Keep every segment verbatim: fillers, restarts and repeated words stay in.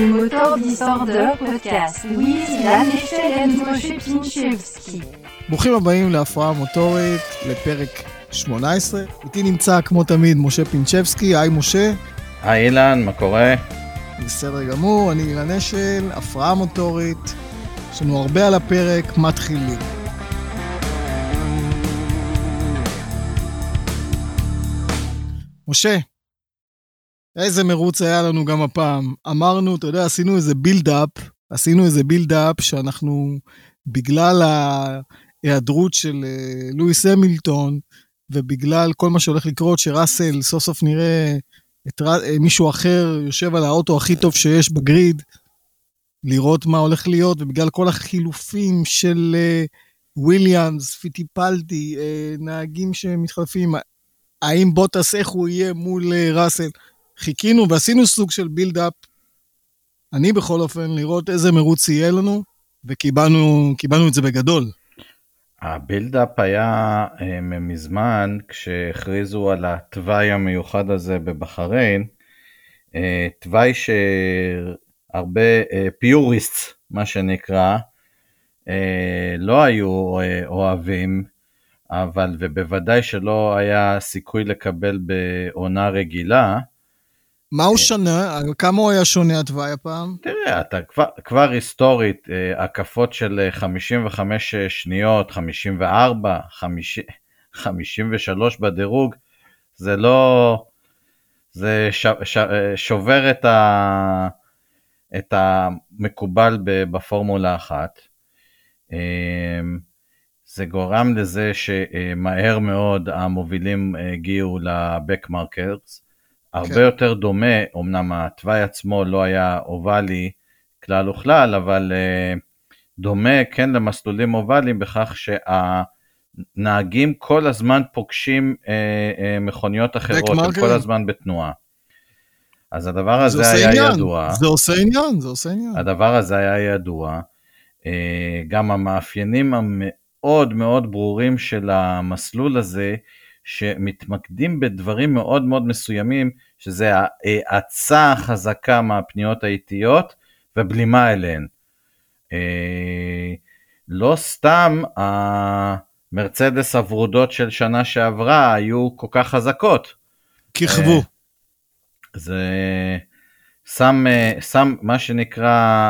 Motor Disorder Podcast. וויז לנשטלן משה פינצ'בסקי. ברוכים הבאים להפרעה מוטורית, לפרק שמונה עשרה. איתי נמצא כמו תמיד משה פינצ'בסקי. היי משה. היי אילן, מה קורה? בסדר גמור, אני אילן אשל, הפרעה מוטורית. יש לנו הרבה על הפרק, מתחילים. משה, איזה מרוץ היה לנו גם הפעם. אמרנו, אתה יודע, עשינו איזה בילד-אפ, עשינו איזה בילד-אפ שאנחנו, בגלל ההיעדרות של לואיס המילטון, ובגלל כל מה שהולך לקרות, שראסל סוף סוף נראה את מישהו אחר יושב על האוטו הכי טוב שיש בגריד, לראות מה הולך להיות, ובגלל כל החילופים של וויליאמס, פיטיפלטי, נהגים שמתחלפים, האם בוטס איך הוא יהיה מול ראסל, חיכינו ועשינו סוג של בילד-אפ, אני בכל אופן לראות איזה מרוץ יהיה לנו, וקיבלנו קיבלנו את זה בגדול. הבילד-אפ היה מזמן, כשהכריזו על התוואי המיוחד הזה בבחריין, תוואי שהרבה פיוריסטס, מה שנקרא, לא היו אוהבים, אבל ובוודאי שלא היה סיכוי לקבל בעונה רגילה. מה הוא שונה? כמה הוא היה שונה התוואי הפעם? תראה, אתה כבר, כבר היסטורית, הקפות של חמישים וחמש שניות, חמישים וארבע, חמישים ושלוש בדירוג, זה לא, זה ש, ש, שובר את, ה, את המקובל בפורמולה אחת. זה גורם לזה שמהר מאוד המובילים הגיעו לבק מרקרס, הרבה יותר דומה, אמנם התוואי עצמו לא היה אובלי כלל וכלל, אבל דומה כן למסלולים אובליים בכך שהנהגים כל הזמן פוגשים מכוניות אחרות, הם כל הזמן בתנועה. אז הדבר הזה היה ידוע. זה עושה עניין, זה עושה עניין. הדבר הזה היה ידוע. גם המאפיינים המאוד מאוד ברורים של המסלול הזה, שמתמקדים בדברים מאוד מאוד מסוימים, שזה ההאצה חזקה מהפניות האיטיות, ובלימה אליהן. לא סתם המרצדס הוורודות של שנה שעברה, היו כל כך חזקות. כיכבו. זה שם, שם מה שנקרא,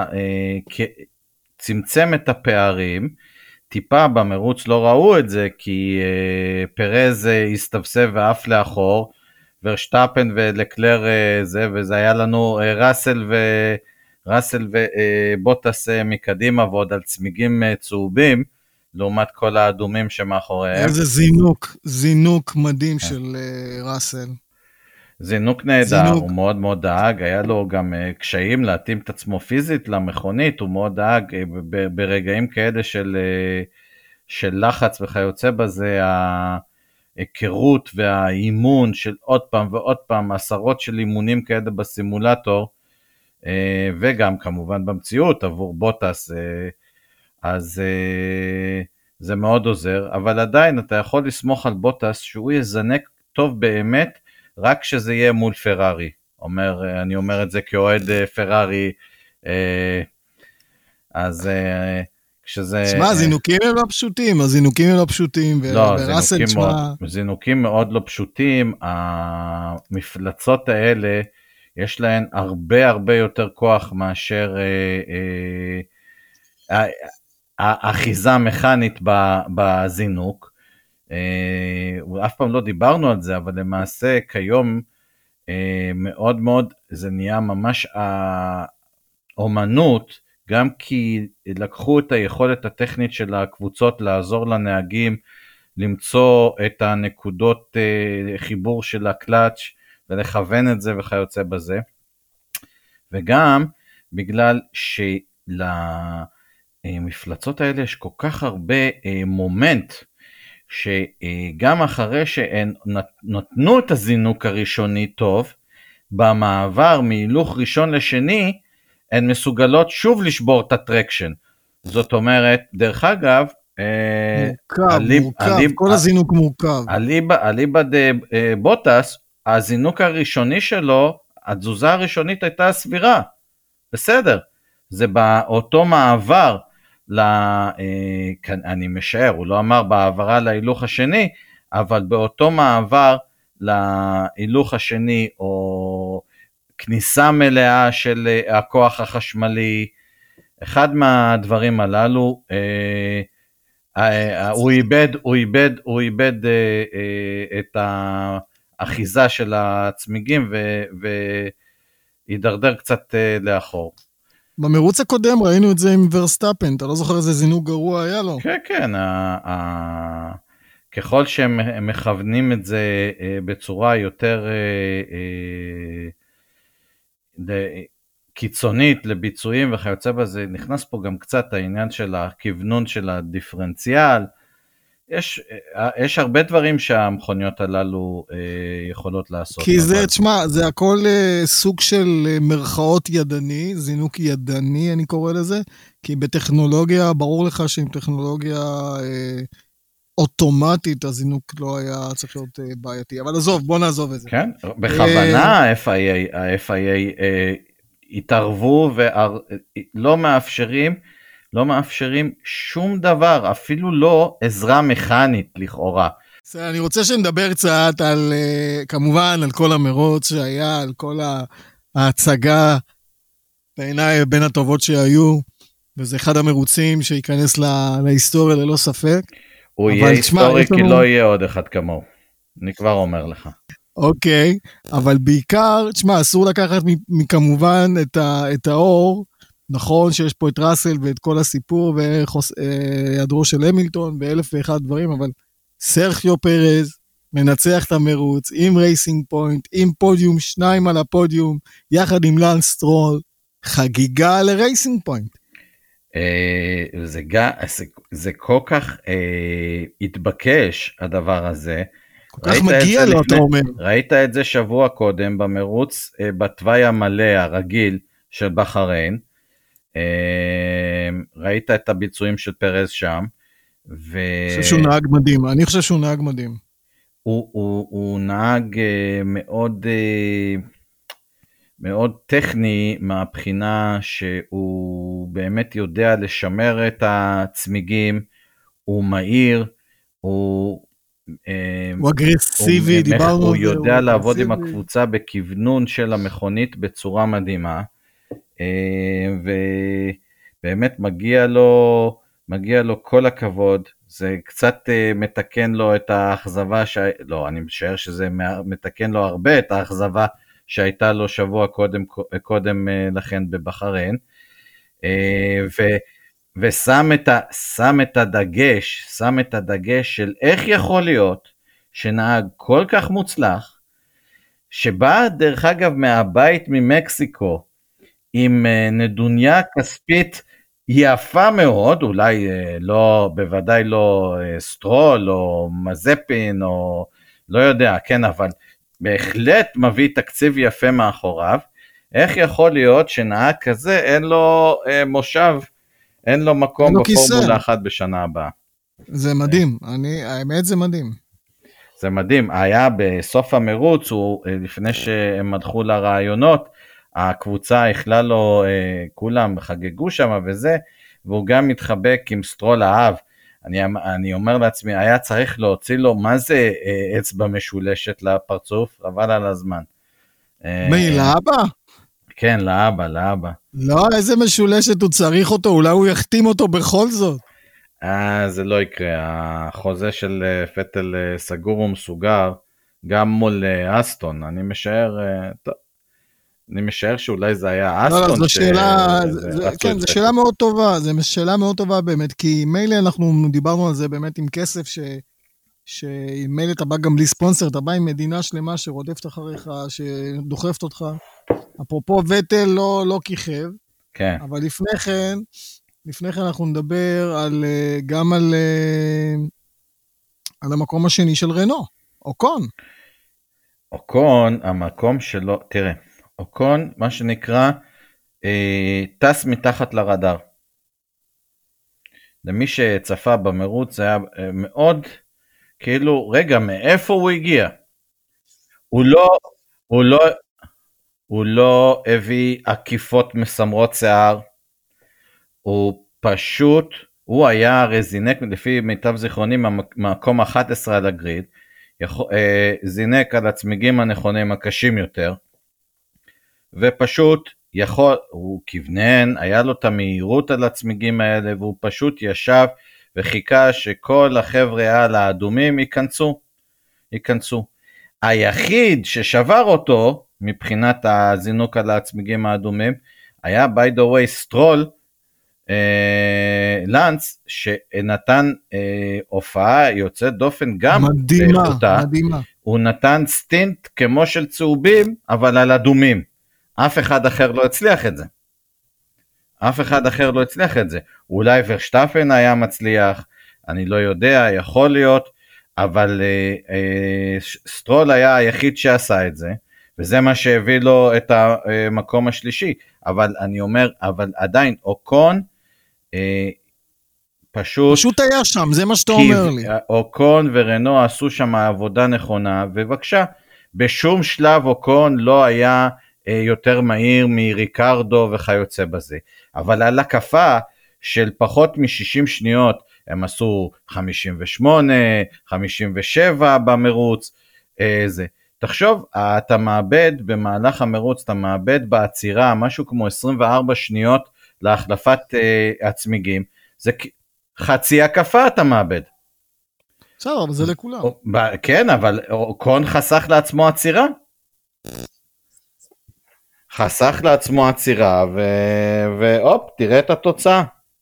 צמצם את הפערים, טיפה במרוץ לא ראו את זה, כי uh, פרז uh, הסתבסב ואף לאחור, ורשטאפן ולקלר uh, זה, וזה היה לנו uh, ראסל, ו, ראסל ובוטס uh, מקדימה, ועוד על צמיגים uh, צהובים, לעומת כל האדומים שמאחוריהם. איזה זינוק, זינוק מדהים של uh, ראסל. זינוק נהדר, הוא מאוד מאוד דאג, היה לו גם uh, קשיים להתאים את עצמו פיזית למכונית, הוא מאוד דאג uh, ב- ברגעים כאלה של, uh, של לחץ וכיוצא בזה, ההיכרות והאימון של עוד פעם ועוד פעם, עשרות של אימונים כאלה בסימולטור, uh, וגם כמובן במציאות עבור בוטס, uh, אז uh, זה מאוד עוזר, אבל עדיין אתה יכול לסמוך על בוטס שהוא יזנק טוב באמת, רק שזה יהיה מול פרארי, אומר, אני אומר את זה כאוהד פרארי, אז כשזה... תשמע, זינוקים הם לא פשוטים, הזינוקים הם לא פשוטים, לא, זינוקים, מאוד, זינוקים מאוד לא פשוטים, המפלצות האלה, יש להן הרבה הרבה יותר כוח מאשר האחיזה מכנית בזינוק, Uh, אף פעם לא דיברנו על זה, אבל למעשה כיום uh, מאוד מאוד זה נהיה ממש האומנות, גם כי לקחו את היכולת הטכנית של הקבוצות לעזור לנהגים למצוא את הנקודות uh, חיבור של הקלאץ' ולכוון את זה וכיוצא בזה, וגם בגלל שלמפלצות האלה יש כל כך הרבה uh, מומנט, שגם אחרי שהן נתנו את הזינוק הראשוני טוב, במעבר מהילוך ראשון לשני, הן מסוגלות שוב לשבור את הטרקשן. זאת אומרת, דרך אגב, מורכב, אליב, מורכב, אליב, כל הזינוק מורכב. אליבא דה בוטס, הזינוק הראשוני שלו, התזוזה הראשונית הייתה סבירה, בסדר, זה באותו מעבר, לה, אני משער, הוא לא אמר בעברה להילוך השני, אבל באותו מעבר להילוך השני, או כניסה מלאה של הכוח החשמלי, אחד מהדברים הללו, הוא איבד, הוא איבד, הוא איבד את האחיזה של הצמיגים, והידרדר קצת לאחור. במרוץ הקודם ראינו את זה עם ורסטאפן, אתה לא זוכר איזה זינוק גרוע היה לו? כן, כן, ככל שהם מכוונים את זה בצורה יותר קיצונית לביצועים וכיוצא בזה, נכנס פה גם קצת העניין של הכיוונון של הדיפרנציאל, יש, יש הרבה דברים שהמכוניות הללו יכולות לעשות. כי זה, אבל... תשמע, זה הכל סוג של מרכאות ידני, זינוק ידני אני קורא לזה, כי בטכנולוגיה, ברור לך שעם טכנולוגיה אה, אוטומטית, הזינוק לא היה צריך להיות אה, בעייתי, אבל עזוב, בוא נעזוב את זה. כן, בכוונה ה-אף איי איי, ה-אף איי איי אה, התערבו ולא מאפשרים, לא מאפשרים שום דבר, אפילו לא עזרה מכנית לכאורה. אני רוצה שנדבר קצת על, כמובן, על כל המרוץ שהיה, על כל ההצגה, בעיניי בין הטובות שהיו, וזה אחד המרוצים שייכנס לה, להיסטוריה ללא ספק. הוא יהיה היסטורי כי לא יהיה עוד אחד כמוהו, אני כבר אומר לך. אוקיי, אבל בעיקר, תשמע, אסור לקחת מכמובן את, ה, את האור, נכון שיש פה את ראסל ואת כל הסיפור והיעדרו של המילטון ואלף ואחד דברים, אבל סרחיו פרז מנצח את המרוץ עם רייסינג פוינט, עם פודיום, שניים על הפודיום, יחד עם לנס סטרול, חגיגה לרייסינג פוינט. זה, זה כל כך התבקש הדבר הזה. כל כך מגיע לו, אתה אומר. ראית את זה שבוע קודם במרוץ בתוואי המלא הרגיל של בחריין, ראית את הביצועים של פרז שם, ו... אני חושב שהוא נהג מדהים, אני חושב שהוא נהג מדהים. הוא, הוא, הוא נהג מאוד, מאוד טכני מהבחינה שהוא באמת יודע לשמר את הצמיגים, הוא מהיר, הוא... הוא אגרסיבי, דיברנו. הוא יודע לעבוד עם הקבוצה בכיוונון של המכונית בצורה מדהימה, ובאמת מגיע לו, מגיע לו כל הכבוד, זה קצת מתקן לו את האכזבה, ש... לא, אני משער שזה מתקן לו הרבה את האכזבה שהייתה לו שבוע קודם, קודם לכן בבחריין, ו... ושם את, ה... שם את הדגש, שם את הדגש של איך יכול להיות שנהג כל כך מוצלח, שבא דרך אגב מהבית ממקסיקו, עם נדוניה כספית יפה מאוד, אולי לא, בוודאי לא סטרול או מזפין או לא יודע, כן, אבל בהחלט מביא תקציב יפה מאחוריו. איך יכול להיות שנהג כזה אין לו מושב, אין לו מקום בפורמולה אחת בשנה הבאה? זה מדהים, אני, האמת זה מדהים. זה מדהים, היה בסוף המרוץ, הוא, לפני שהם מדחו לרעיונות, הקבוצה הכלה לו, כולם חגגו שם וזה, והוא גם מתחבק עם סטרול האב. אני, אני אומר לעצמי, היה צריך להוציא לו, מה זה אצבע משולשת לפרצוף, אבל על הזמן. מי, לאבא? כן, לאבא, לאבא. לא, איזה משולשת הוא צריך אותו, אולי הוא יחתים אותו בכל זאת. אה, זה לא יקרה, החוזה של פטל סגור ומסוגר, גם מול אסטון, אני משער, טוב. אני משער שאולי זה היה אסטון. לא, לא, זו שאלה, כן, זו שאלה מאוד טובה, זו שאלה מאוד טובה באמת, כי מילא אנחנו דיברנו על זה באמת עם כסף, שמילא אתה בא גם בלי ספונסר, אתה בא עם מדינה שלמה שרודפת אחריך, שדוחפת אותך, אפרופו וטל לא כיכב, כן. אבל לפני כן, לפני כן אנחנו נדבר על, גם על, על המקום השני של רנו, אוקון. אוקון, המקום שלו, תראה, אוקון, מה שנקרא, אה, טס מתחת לרדאר. למי שצפה במרוץ, זה היה אה, מאוד, כאילו, רגע, מאיפה הוא הגיע? הוא לא, הוא לא, הוא לא הביא עקיפות מסמרות שיער, הוא פשוט, הוא היה הרי זינק, לפי מיטב זיכרוני, מקום אחת עשרה על הגריד, יכול, אה, זינק על הצמיגים הנכונים הקשים יותר, ופשוט יכול, הוא כיוונן, היה לו את המהירות על הצמיגים האלה, והוא פשוט ישב וחיכה שכל החבר'ה על האדומים ייכנסו, ייכנסו. היחיד ששבר אותו, מבחינת הזינוק על הצמיגים האדומים, היה by the way סטרול, אה, לנץ, שנתן אה, הופעה יוצאת דופן גם מדהימה, באיכותה, מדהימה. הוא נתן סטינט כמו של צהובים, אבל על אדומים. אף אחד אחר לא הצליח את זה. אף אחד אחר לא הצליח את זה. אולי ורשטפן היה מצליח, אני לא יודע, יכול להיות, אבל אה, אה, סטרול היה היחיד שעשה את זה, וזה מה שהביא לו את המקום השלישי. אבל אני אומר, אבל עדיין, אוקון, אה, פשוט... פשוט היה שם, זה מה שאתה אומר לי. אוקון ורנו עשו שם עבודה נכונה, ובבקשה, בשום שלב אוקון לא היה יותר מהיר מריקרדו וכיוצא בזה. אבל על הקפה של פחות מ-שישים שניות, הם עשו חמישים ושמונה, חמישים ושבע במרוץ, זה. תחשוב, אתה מאבד במהלך המרוץ, אתה מאבד בעצירה משהו כמו עשרים וארבע שניות להחלפת הצמיגים, זה חצי הקפה אתה מאבד. בסדר, אבל זה לכולם. כן, אבל אוקון חסך לעצמו עצירה. חסך לעצמו עצירה, ואופ, תראה את התוצאה.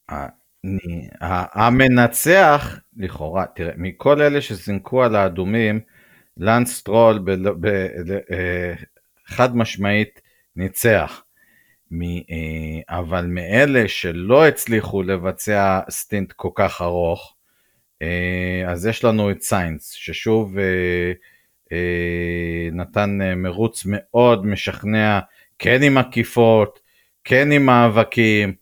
המנצח, לכאורה, תראה, מכל אלה שזינקו על האדומים, לנס סטרול חד משמעית ניצח. אבל מאלה שלא הצליחו לבצע סטינט כל כך ארוך, אז יש לנו את סיינס, ששוב נתן מרוץ מאוד משכנע, כן עם עקיפות, כן עם מאבקים,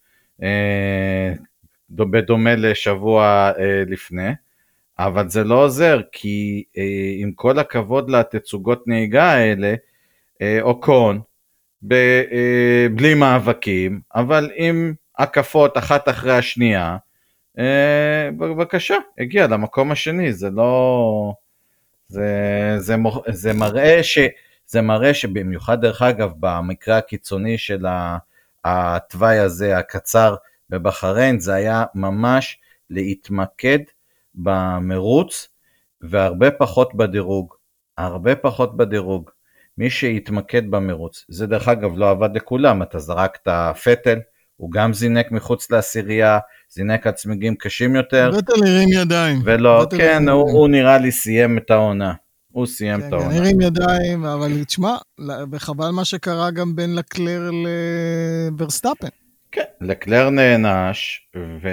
בדומה לשבוע לפני, אבל זה לא עוזר, כי עם כל הכבוד לתצוגות נהיגה האלה, אוקון, בלי מאבקים, אבל עם עקפות אחת אחרי השנייה, בבקשה, הגיע למקום השני, זה לא, זה, זה, זה מראה ש, זה מראה שבמיוחד דרך אגב, במקרה הקיצוני של התוואי הזה, הקצר בבחריין, זה היה ממש להתמקד במרוץ, והרבה פחות בדירוג, הרבה פחות בדירוג, מי שהתמקד במרוץ, זה דרך אגב לא עבד לכולם, אתה זרקת פטל, הוא גם זינק מחוץ לעשירייה, זינק על צמיגים קשים יותר. פטל הרים ידיים. ולא, כן, הוא, הוא נראה לי סיים את העונה, הוא סיים כן, את העונה. כן, הרים ידיים, אבל תשמע, וחבל מה שקרה גם בין לקלר לברסטאפן. כן, לקלר נענש,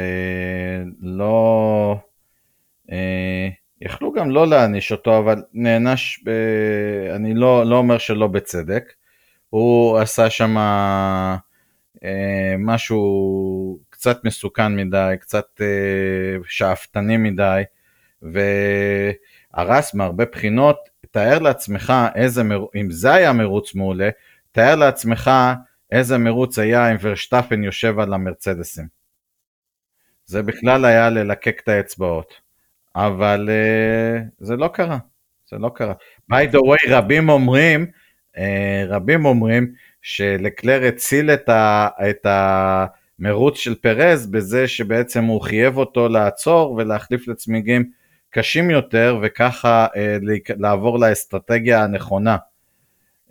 ולא... אה, יכלו גם לא להעניש אותו, אבל נענש, ב... אני לא, לא אומר שלא בצדק, הוא עשה שם אה, משהו קצת מסוכן מדי, קצת אה, שאפתני מדי, והרס מהרבה בחינות, תאר לעצמך איזה מרוץ, אם זה היה מרוץ מעולה, תאר לעצמך איזה מרוץ היה אם ורשטפן יושב על המרצדסים. זה בכלל היה ללקק את האצבעות. אבל uh, זה לא קרה, זה לא קרה. by the way, רבים אומרים, uh, רבים אומרים, שלקלר הציל את, ה, את המרוץ של פרז, בזה שבעצם הוא חייב אותו לעצור, ולהחליף לצמיגים קשים יותר, וככה uh, לעבור לאסטרטגיה הנכונה. Uh,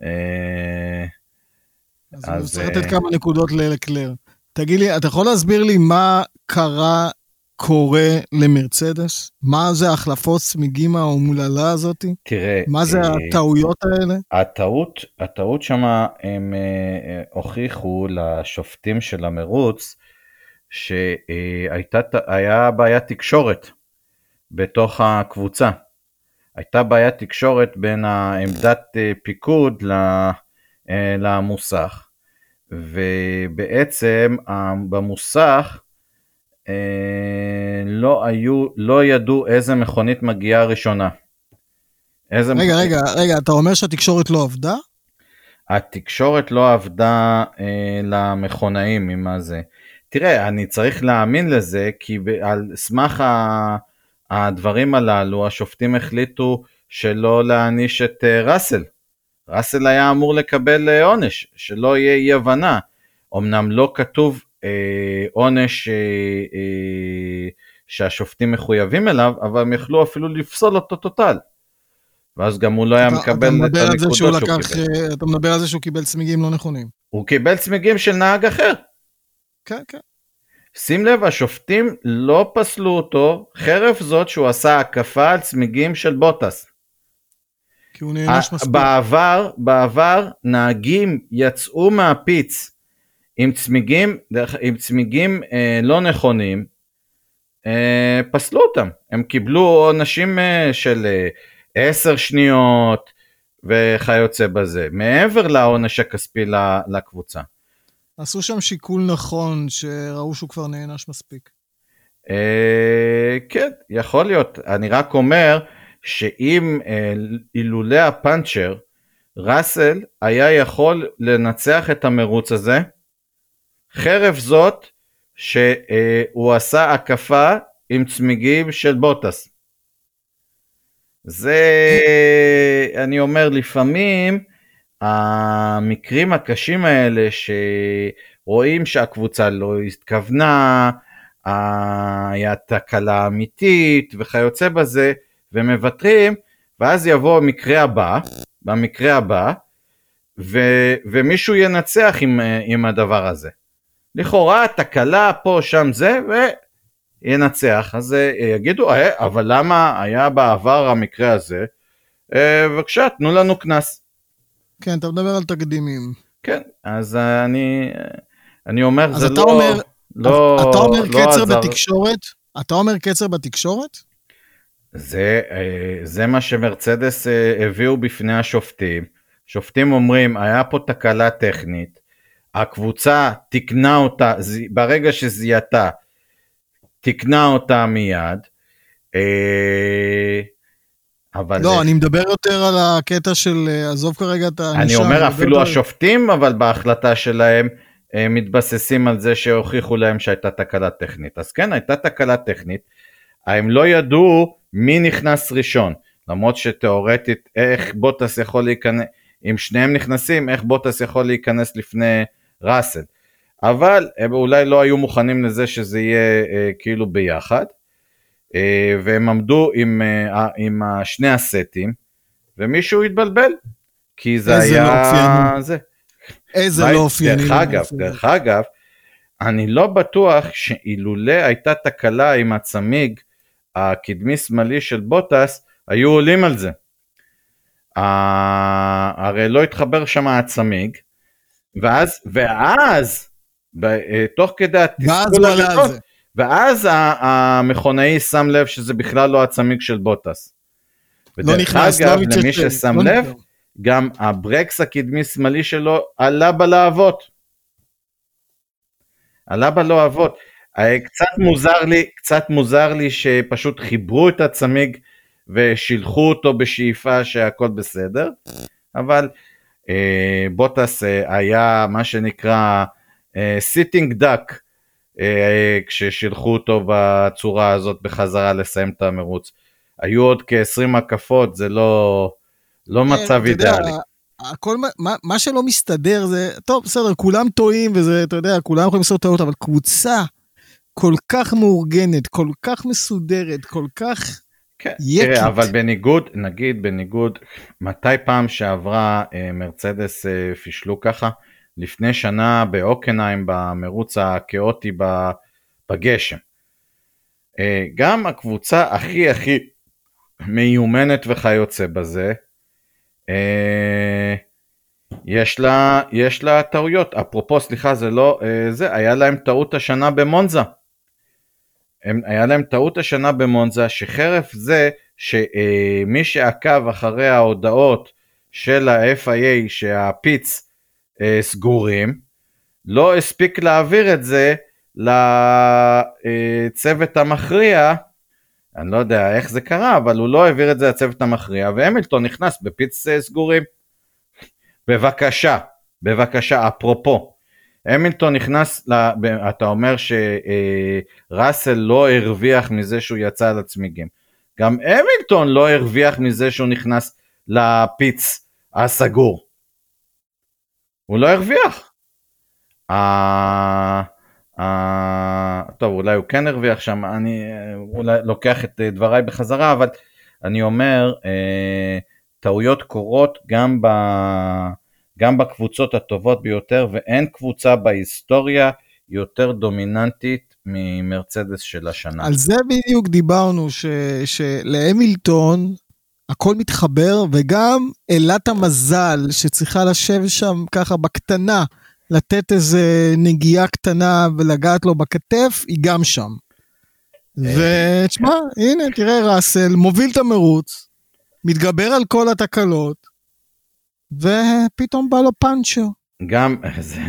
אז, אז הוא צריך לתת uh... כמה נקודות ללקלר. תגיד לי, אתה יכול להסביר לי מה קרה, קורה למרצדס? מה זה החלפות צמיגים האומללה הזאת? תראה, מה זה אה, הטעויות האלה? הטעות, הטעות שמה הם אה, הוכיחו לשופטים של המרוץ, שהיה בעיית תקשורת בתוך הקבוצה. הייתה בעיית תקשורת בין העמדת פיקוד למוסך, ובעצם במוסך, לא היו, לא ידעו איזה מכונית מגיעה ראשונה. רגע, רגע, רגע, אתה אומר שהתקשורת לא עבדה? התקשורת לא עבדה אה, למכונאים עם הזה. תראה, אני צריך להאמין לזה, כי על סמך הדברים הללו, השופטים החליטו שלא להעניש את אה, ראסל. ראסל היה אמור לקבל אה, עונש, שלא יהיה אי הבנה. אמנם לא כתוב אה, עונש אה, אה, שהשופטים מחויבים אליו, אבל הם יכלו אפילו לפסול אותו טוטל. ואז גם הוא לא היה מקבל את הנקודות שהוא קיבל. אתה מדבר על זה שהוא קיבל צמיגים לא נכונים. הוא קיבל צמיגים של נהג אחר. כן, כן. שים לב, השופטים לא פסלו אותו, חרף זאת שהוא עשה הקפה על צמיגים של בוטס. כי הוא נענש מספיק. בעבר, בעבר, נהגים יצאו מהפיץ עם צמיגים, עם צמיגים אה, לא נכונים, אה, פסלו אותם. הם קיבלו עונשים אה, של... אה, עשר שניות וכיוצא בזה, מעבר לעונש הכספי לקבוצה. עשו שם שיקול נכון, שראו שהוא כבר נענש מספיק. אה, כן, יכול להיות. אני רק אומר, שאם אה, אילולא הפאנצ'ר, ראסל היה יכול לנצח את המרוץ הזה, חרף זאת, שהוא עשה הקפה עם צמיגים של בוטס. זה, אני אומר, לפעמים המקרים הקשים האלה שרואים שהקבוצה לא התכוונה, היה תקלה אמיתית וכיוצא בזה, ומוותרים, ואז יבוא המקרה הבא, במקרה הבא, ו, ומישהו ינצח עם, עם הדבר הזה. לכאורה, תקלה פה, שם זה, ו... ינצח, אז יגידו, אבל למה היה בעבר המקרה הזה? בבקשה, תנו לנו כנס. כן, אתה מדבר על תקדימים. כן, אז אני, אני אומר, אז זה אתה לא, אומר, לא, אתה אומר לא קצר עזר. בתקשורת? אתה אומר קצר בתקשורת? זה, זה מה שמרצדס הביאו בפני השופטים. שופטים אומרים, היה פה תקלה טכנית, הקבוצה תקנה אותה, ברגע שזייתה, תקנה אותה מיד, אבל... לא, אני מדבר יותר על הקטע של, עזוב כרגע את הענישה. אני אומר אפילו השופטים, אבל בהחלטה שלהם, מתבססים על זה שהוכיחו להם שהייתה תקלה טכנית. אז כן, הייתה תקלה טכנית, הם לא ידעו מי נכנס ראשון, למרות שתיאורטית, איך בוטס יכול להיכנס, אם שניהם נכנסים, איך בוטס יכול להיכנס לפני ראסל. אבל הם אולי לא היו מוכנים לזה שזה יהיה אה, כאילו ביחד, אה, והם עמדו עם, אה, עם שני הסטים, ומישהו התבלבל, כי זה היה... לא אופייני. זה. איזה לא אופייני. דרך אגב, דרך אגב, אני לא בטוח שאילולא הייתה תקלה עם הצמיג, הקדמי שמאלי של בוטס, היו עולים על זה. אה, הרי לא התחבר שם הצמיג, ואז, ואז, תוך כדי התסכול הגדול, ואז המכונאי שם לב שזה בכלל לא הצמיג של בוטס. ודרך אגב, למי ששם לב, גם הברקס הקדמי שמאלי שלו עלה בלהבות. עלה בלהבות. קצת מוזר לי, קצת מוזר לי שפשוט חיברו את הצמיג ושילחו אותו בשאיפה שהכל בסדר, אבל בוטס היה מה שנקרא סיטינג דק, כששילחו אותו בצורה הזאת בחזרה לסיים את המרוץ. היו עוד כ-עשרים הקפות, זה לא, לא מצב אידיאלי. הכל, מה, מה שלא מסתדר זה, טוב, בסדר, כולם טועים וזה, אתה יודע, כולם יכולים לעשות טעות, אבל קבוצה כל כך מאורגנת, כל כך מסודרת, כל כך כן, יקית. תראה, אבל בניגוד, נגיד בניגוד, מתי פעם שעברה מרצדס פישלו ככה? לפני שנה באוקנהיים במרוץ הכאוטי בגשם. גם הקבוצה הכי הכי מיומנת וכיוצא בזה, יש לה, יש לה טעויות. אפרופו, סליחה, זה לא, זה, היה להם טעות השנה במונזה. היה להם טעות השנה במונזה, שחרף זה שמי שעקב אחרי ההודעות של ה-אף איי איי שהפיץ סגורים, לא הספיק להעביר את זה לצוות המכריע, אני לא יודע איך זה קרה, אבל הוא לא העביר את זה לצוות המכריע, והמילטון נכנס בפיץ סגורים. בבקשה, בבקשה, אפרופו, המילטון נכנס, אתה אומר שראסל לא הרוויח מזה שהוא יצא על הצמיגים, גם המילטון לא הרוויח מזה שהוא נכנס לפיץ הסגור, הוא לא הרוויח, טוב אולי הוא כן הרוויח שם, אני אולי לוקח את דבריי בחזרה, אבל אני אומר, טעויות קורות גם ב... גם בקבוצות הטובות ביותר, ואין קבוצה בהיסטוריה יותר דומיננטית ממרצדס של השנה. על זה בדיוק דיברנו, ש... שלהמילטון הכל מתחבר, וגם אלת המזל שצריכה לשבת שם ככה בקטנה, לתת איזה נגיעה קטנה ולגעת לו בכתף, היא גם שם. ותשמע, הנה, תראה ראסל, מוביל את המרוץ, מתגבר על כל התקלות, ופתאום בא לו פאנצ'ר. גם, זה...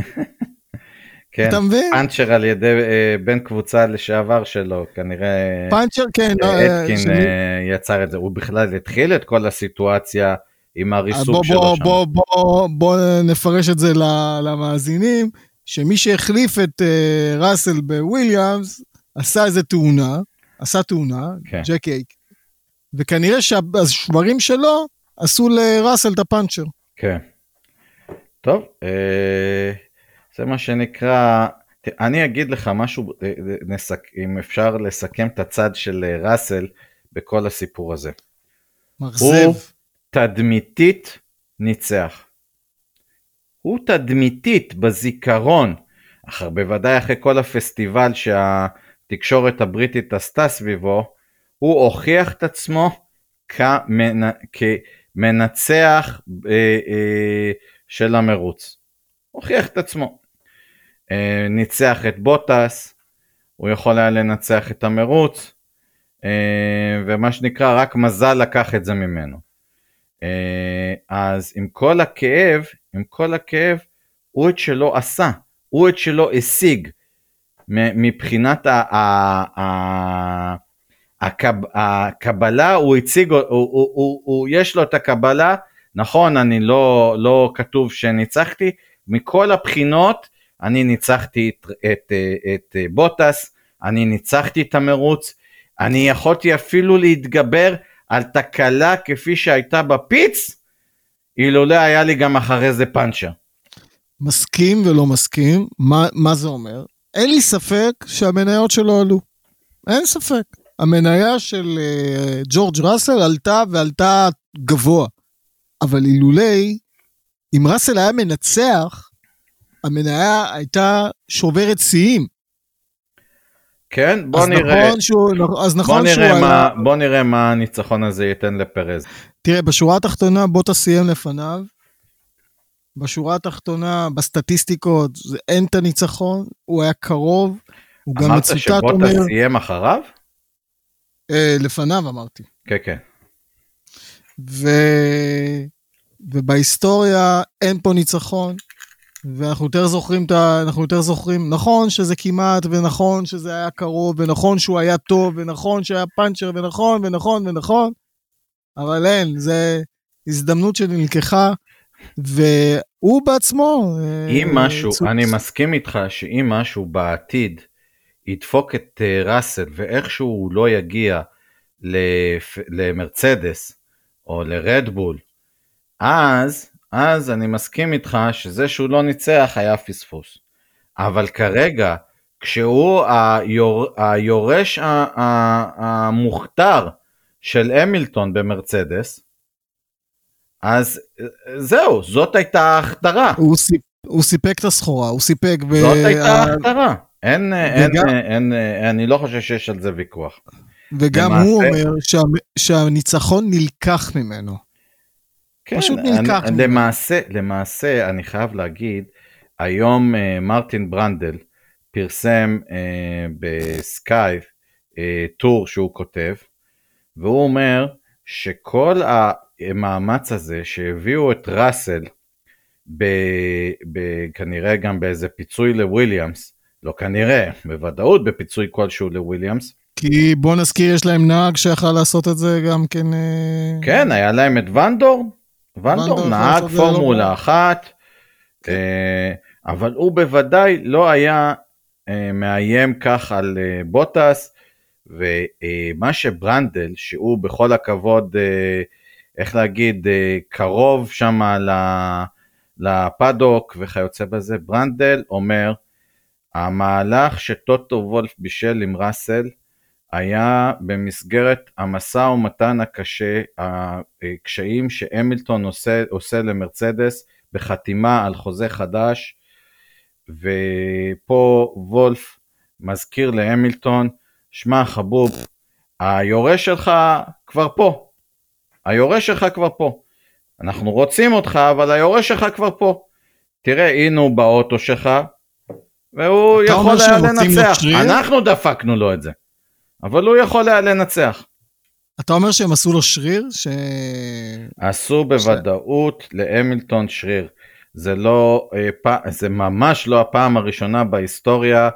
כן, פאנצ'ר על ידי בן קבוצה לשעבר שלו, כנראה... פאנצ'ר, כן. אתקין יצר את זה, הוא בכלל התחיל את כל הסיטואציה עם הריסוק שלו שם. בוא, בוא, בוא נפרש את זה למאזינים, שמי שהחליף את ראסל בוויליאמס, עשה איזה תאונה, עשה תאונה, ג'ק אייק, וכנראה שהשברים שלו עשו לראסל את הפאנצ'ר. כן. טוב, זה מה שנקרא, אני אגיד לך משהו, אם אפשר לסכם את הצד של ראסל בכל הסיפור הזה. מרזב. הוא תדמיתית ניצח. הוא תדמיתית בזיכרון, אחר בוודאי אחרי כל הפסטיבל שהתקשורת הבריטית עשתה סביבו, הוא הוכיח את עצמו כמנ... כמנצח אה, אה, של המרוץ. הוכיח את עצמו. אה, ניצח את בוטס, הוא יכול היה לנצח את המרוץ, אה, ומה שנקרא רק מזל לקח את זה ממנו. אה, אז עם כל הכאב, עם כל הכאב, הוא את שלו עשה, הוא את שלו השיג, מבחינת ה... ה, ה הקב, הקבלה, הוא הציג, הוא, הוא, הוא, הוא, יש לו את הקבלה, נכון, אני לא, לא כתוב שניצחתי, מכל הבחינות, אני ניצחתי את, את, את, את בוטס, אני ניצחתי את המרוץ, אני יכולתי אפילו להתגבר על תקלה כפי שהייתה בפיץ, אילולא היה לי גם אחרי זה פאנצ'ר. מסכים ולא מסכים, מה, מה זה אומר? אין לי ספק שהמניות שלו עלו, אין ספק. המניה של uh, ג'ורג' ראסל עלתה ועלתה גבוה, אבל אילולי, אם ראסל היה מנצח, המניה הייתה שוברת שיאים. כן, בוא אז נראה, נכון שהוא, אז נכון בוא, נראה שהוא מה, היה... בוא נראה מה הניצחון הזה ייתן לפרז. תראה, בשורה התחתונה בוטה סיים לפניו, בשורה התחתונה, בסטטיסטיקות, זה אין את הניצחון, הוא היה קרוב, הוא גם מצוטט אומר... אמרת שבוטה סיים אחריו? לפניו אמרתי. כן, כן. ו... ובהיסטוריה אין פה ניצחון, ואנחנו יותר זוכרים, אנחנו יותר זוכרים, נכון שזה כמעט, ונכון שזה היה קרוב, ונכון שהוא היה טוב, ונכון שהיה פאנצ'ר, ונכון, ונכון, ונכון, אבל אין, זה הזדמנות שנלקחה, והוא בעצמו... אם משהו, צוץ... אני מסכים איתך, שאם משהו בעתיד, ידפוק את ראסל, ואיכשהו הוא לא יגיע למרצדס, או לרדבול, אז, אז אני מסכים איתך, שזה שהוא לא ניצח היה פספוס. אבל כרגע, כשהוא היור, היורש המוכתר, של המילטון במרצדס, אז זהו, זאת הייתה ההכתרה. הוא, סיפ, הוא סיפק את הסחורה, הוא סיפק... זאת ו... הייתה ההכתרה. אין, וגם, אין, אין, אין, אני לא חושב שיש על זה ויכוח. וגם למעשה, הוא אומר שה, שהניצחון נלקח ממנו. כן, פשוט נלקח אני, ממנו. למעשה, למעשה, אני חייב להגיד, היום uh, מרטין ברנדל פרסם uh, בסקאי uh, טור שהוא כותב, והוא אומר שכל המאמץ הזה שהביאו את ראסל, ב, ב, כנראה גם באיזה פיצוי לוויליאמס, לא כנראה, בוודאות בפיצוי כלשהו לוויליאמס. כי בוא נזכיר, יש להם נהג שיכל לעשות את זה גם כן... כן, היה להם את ונדור, ונדור נהג פורמולה אחת, אבל הוא בוודאי לא היה מאיים כך על בוטס, ומה שברנדל, שהוא בכל הכבוד, איך להגיד, קרוב שם לפדוק וכיוצא בזה, ברנדל אומר, המהלך שטוטו וולף בישל עם ראסל, היה במסגרת המשא ומתן הקשה, הקשיים שהמילטון עושה, עושה למרצדס, בחתימה על חוזה חדש, ופה וולף מזכיר להמילטון, שמע חבוב, היורש שלך כבר פה, היורש שלך כבר פה, אנחנו רוצים אותך, אבל היורש שלך כבר פה, תראה, הנה הוא באוטו שלך, והוא יכול היה לנצח, אנחנו דפקנו לו את זה, אבל הוא יכול היה לנצח. אתה אומר שהם עשו לו שריר? ש... עשו בוודאות ש... להמילטון שריר, זה לא, זה ממש לא הפעם הראשונה בהיסטוריה,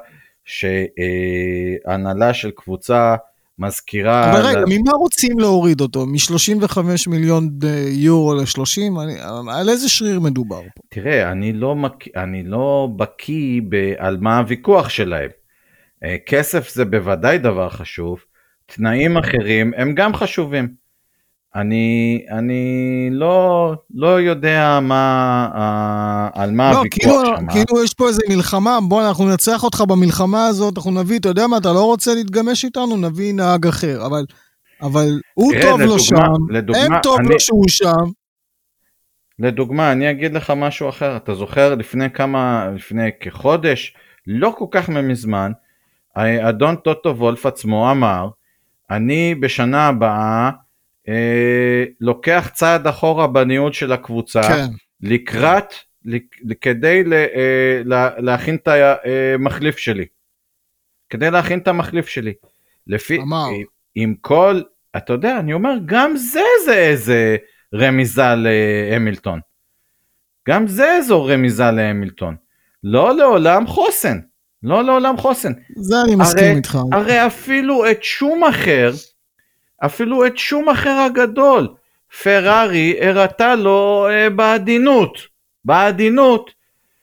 שהנהלה של קבוצה מזכירה... אבל רגע, ממה רוצים להוריד אותו? מ-שלושים וחמישה מיליון יורו ל-שלושים? על איזה שריר מדובר פה? תראה, אני לא, אני לא בקיא על מה הוויכוח שלהם. כסף זה בוודאי דבר חשוב, תנאים אחרים הם גם חשובים. אני, אני לא, לא יודע מה, על מה לא, הוויכוח כאילו, שם. כאילו יש פה איזה מלחמה, בוא אנחנו נצח אותך במלחמה הזאת, אנחנו נביא, אתה יודע מה, אתה לא רוצה להתגמש איתנו, נביא נהג אחר, אבל, אבל הוא תראה, טוב לדוגמה, לו שם, לדוגמה, הם טוב אני, לו שהוא שם. לדוגמה, אני אגיד לך משהו אחר, אתה זוכר לפני כמה, לפני כחודש, לא כל כך מזמן, אדון טוטו וולף עצמו אמר, אני בשנה הבאה, אה, לוקח צעד אחורה בניהול של הקבוצה, כן. לקראת, כדי לה, לה, להכין את המחליף שלי, כדי להכין את המחליף שלי, לפי, אמר. עם כל, אתה יודע, אני אומר, גם זה זה איזה רמיזה להמילטון, גם זה איזו רמיזה להמילטון, לא לעולם חוסן, לא לעולם חוסן. זה אני מסכים הרי, איתך. הרי אפילו את שום אחר, אפילו את שום אחר הגדול, פרארי הראתה לו אה, בעדינות, בעדינות,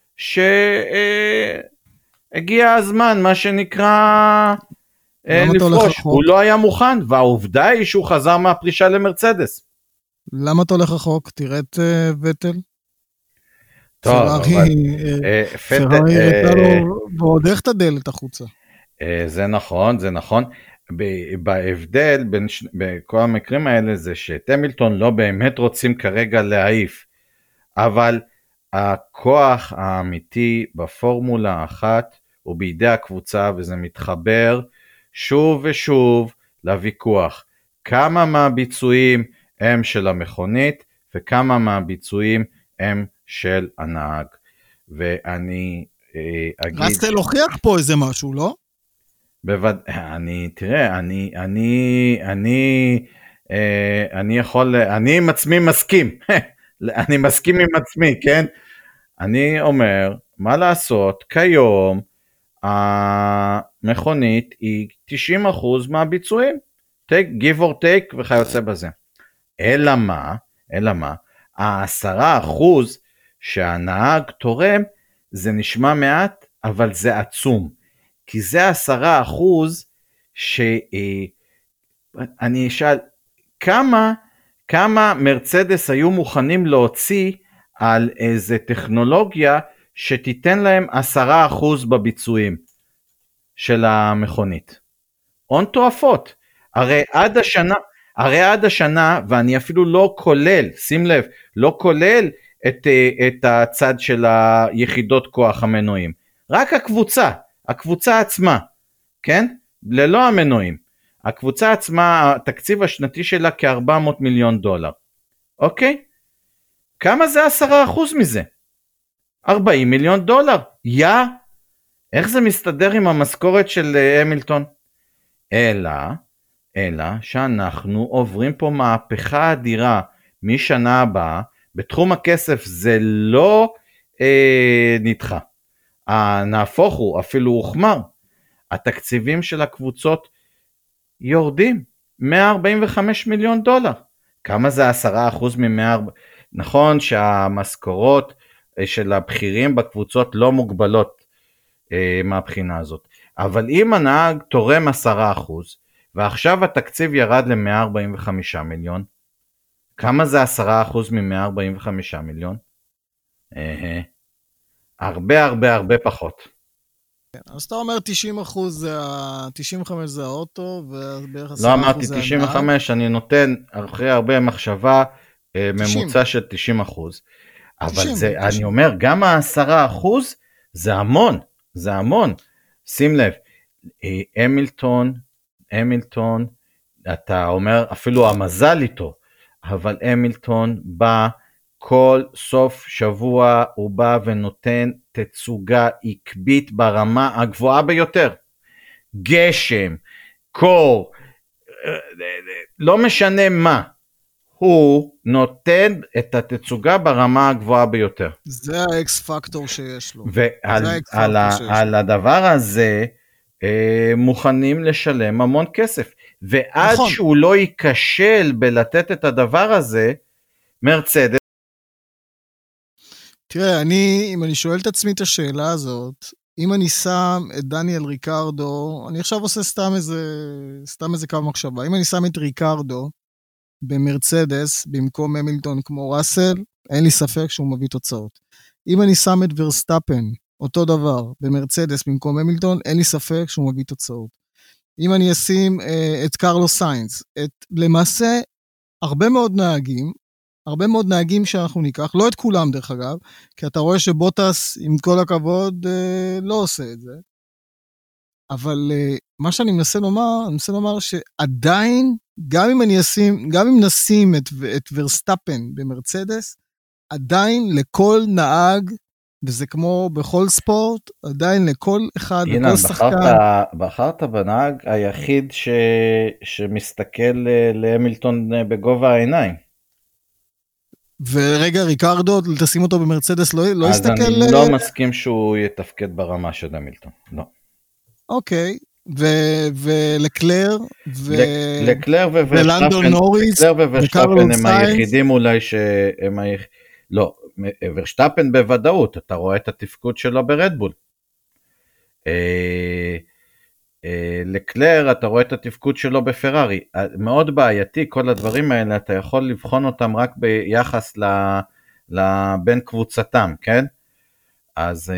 שהגיע אה, הזמן, מה שנקרא, אה, לפרוש. הוא לא היה מוכן, והעובדה היא שהוא חזר מהפרישה למרצדס. למה אתה הולך רחוק? תראה את אה, וטל. טוב, פרארי, אבל... אה, פרארי הראתה לו, ועוד איך את הדלת החוצה. אה, זה נכון, זה נכון. בהבדל בין בכל המקרים האלה זה שאת המילטון לא באמת רוצים כרגע להעיף, אבל הכוח האמיתי בפורמולה האחת הוא בידי הקבוצה, וזה מתחבר שוב ושוב לוויכוח, כמה מהביצועים הם של המכונית וכמה מהביצועים הם של הנהג. ואני אגיד... רסטל הוכיח פה איזה משהו, לא? בוודאי, אני, תראה, אני, אני, אני, אה, אני יכול, אני עם עצמי מסכים, אני מסכים עם עצמי, כן? אני אומר, מה לעשות, כיום, המכונית היא תשעים אחוז מהביצועים, take, give or take וכיוצא בזה. אלא מה, אלא מה, העשרה אחוז שהנהג תורם, זה נשמע מעט, אבל זה עצום. כי זה עשרה אחוז שאני אשאל, כמה, כמה מרצדס היו מוכנים להוציא על איזה טכנולוגיה שתיתן להם עשרה אחוז בביצועים של המכונית. הון תועפות. הרי עד השנה, הרי עד השנה, ואני אפילו לא כולל, שים לב, לא כולל את, את הצד של היחידות כוח המנועים. רק הקבוצה. הקבוצה עצמה, כן? ללא המנועים. הקבוצה עצמה, התקציב השנתי שלה כ-ארבע מאות מיליון דולר. אוקיי? כמה זה עשרה אחוז מזה? ארבעים מיליון דולר. יא! איך זה מסתדר עם המשכורת של המילטון? אלא, אלא שאנחנו עוברים פה מהפכה אדירה משנה הבאה, בתחום הכסף זה לא אה, נדחה. נהפוך הוא, אפילו הוחמר, התקציבים של הקבוצות יורדים, מאה ארבעים וחמישה מיליון דולר, כמה זה עשרה אחוז מ-מאה, נכון שהמשכורות של הבכירים בקבוצות לא מוגבלות מהבחינה הזאת, אבל אם הנהג תורם עשרה אחוז, ועכשיו התקציב ירד ל-מאה ארבעים וחמישה מיליון, כמה זה עשרה אחוז מ-מאה ארבעים וחמישה מיליון? אה, הרבה הרבה הרבה פחות. אז אתה אומר תשעים אחוז זה, תשעים וחמש זה האוטו, ובערך לא אמרתי תשעים וחמש, אני נותן אחרי הרבה מחשבה, ממוצע של תשעים אחוז. אבל זה, אני אומר, גם ה-עשרה אחוז זה המון, זה המון. שים לב, המילטון, המילטון, אתה אומר, אפילו המזל איתו, אבל המילטון בא כל סוף שבוע, הוא בא ונותן תצוגה עקבית ברמה הגבוהה ביותר. גשם, קור, לא משנה מה, הוא נותן את התצוגה ברמה הגבוהה ביותר. זה האקס פקטור שיש לו. ועל על ה, על הדבר הזה, אה, מוכנים לשלם המון כסף. ועד נכון. שהוא לא ייכשל בלתת את הדבר הזה, מרצדס. תראה, אני, אם אני שואל את עצמי את השאלה הזאת, אם אני שם את דניאל ריקרדו, אני עכשיו עושה סתם איזה, סתם איזה קו מחשבה, אם אני שם את ריקרדו במרצדס, במקום המילטון כמו ראסל, אין לי ספק שהוא מביא תוצאות. אם אני שם את ורסטאפן, אותו דבר, במרצדס במקום המילטון, אין לי ספק שהוא מביא תוצאות. אם אני אשים אה, את קרלוס סיינס, את, למעשה, הרבה מאוד נהגים, הרבה מאוד נהגים שאנחנו ניקח, לא את כולם דרך אגב, כי אתה רואה שבוטס, עם כל הכבוד, אה, לא עושה את זה. אבל אה, מה שאני מנסה לומר, אני מנסה לומר שעדיין, גם אם אני אשים, גם אם נשים את, את ורסטאפן במרצדס, עדיין לכל נהג, וזה כמו בכל ספורט, עדיין לכל אחד, הנה, לכל שחקן. בחרת, בחרת בנהג היחיד ש, שמסתכל להמילטון בגובה העיניים. ורגע, ריקרדו, תשים אותו במרצדס, לא, לא אז יסתכל... אז אני לא מסכים שהוא יתפקד ברמה של המילטון, לא. אוקיי, ו- ולקלר, ו- לקלר ולנדון נוריס, ורשטאפן הם היחידים אולי שהם היחידים, לא, ורשטאפן בוודאות, אתה רואה את התפקוד שלו ברדבול. לקלר, אתה רואה את התפקוד שלו בפרארי, מאוד בעייתי, כל הדברים האלה, אתה יכול לבחון אותם רק ביחס לבין קבוצתם, כן? אז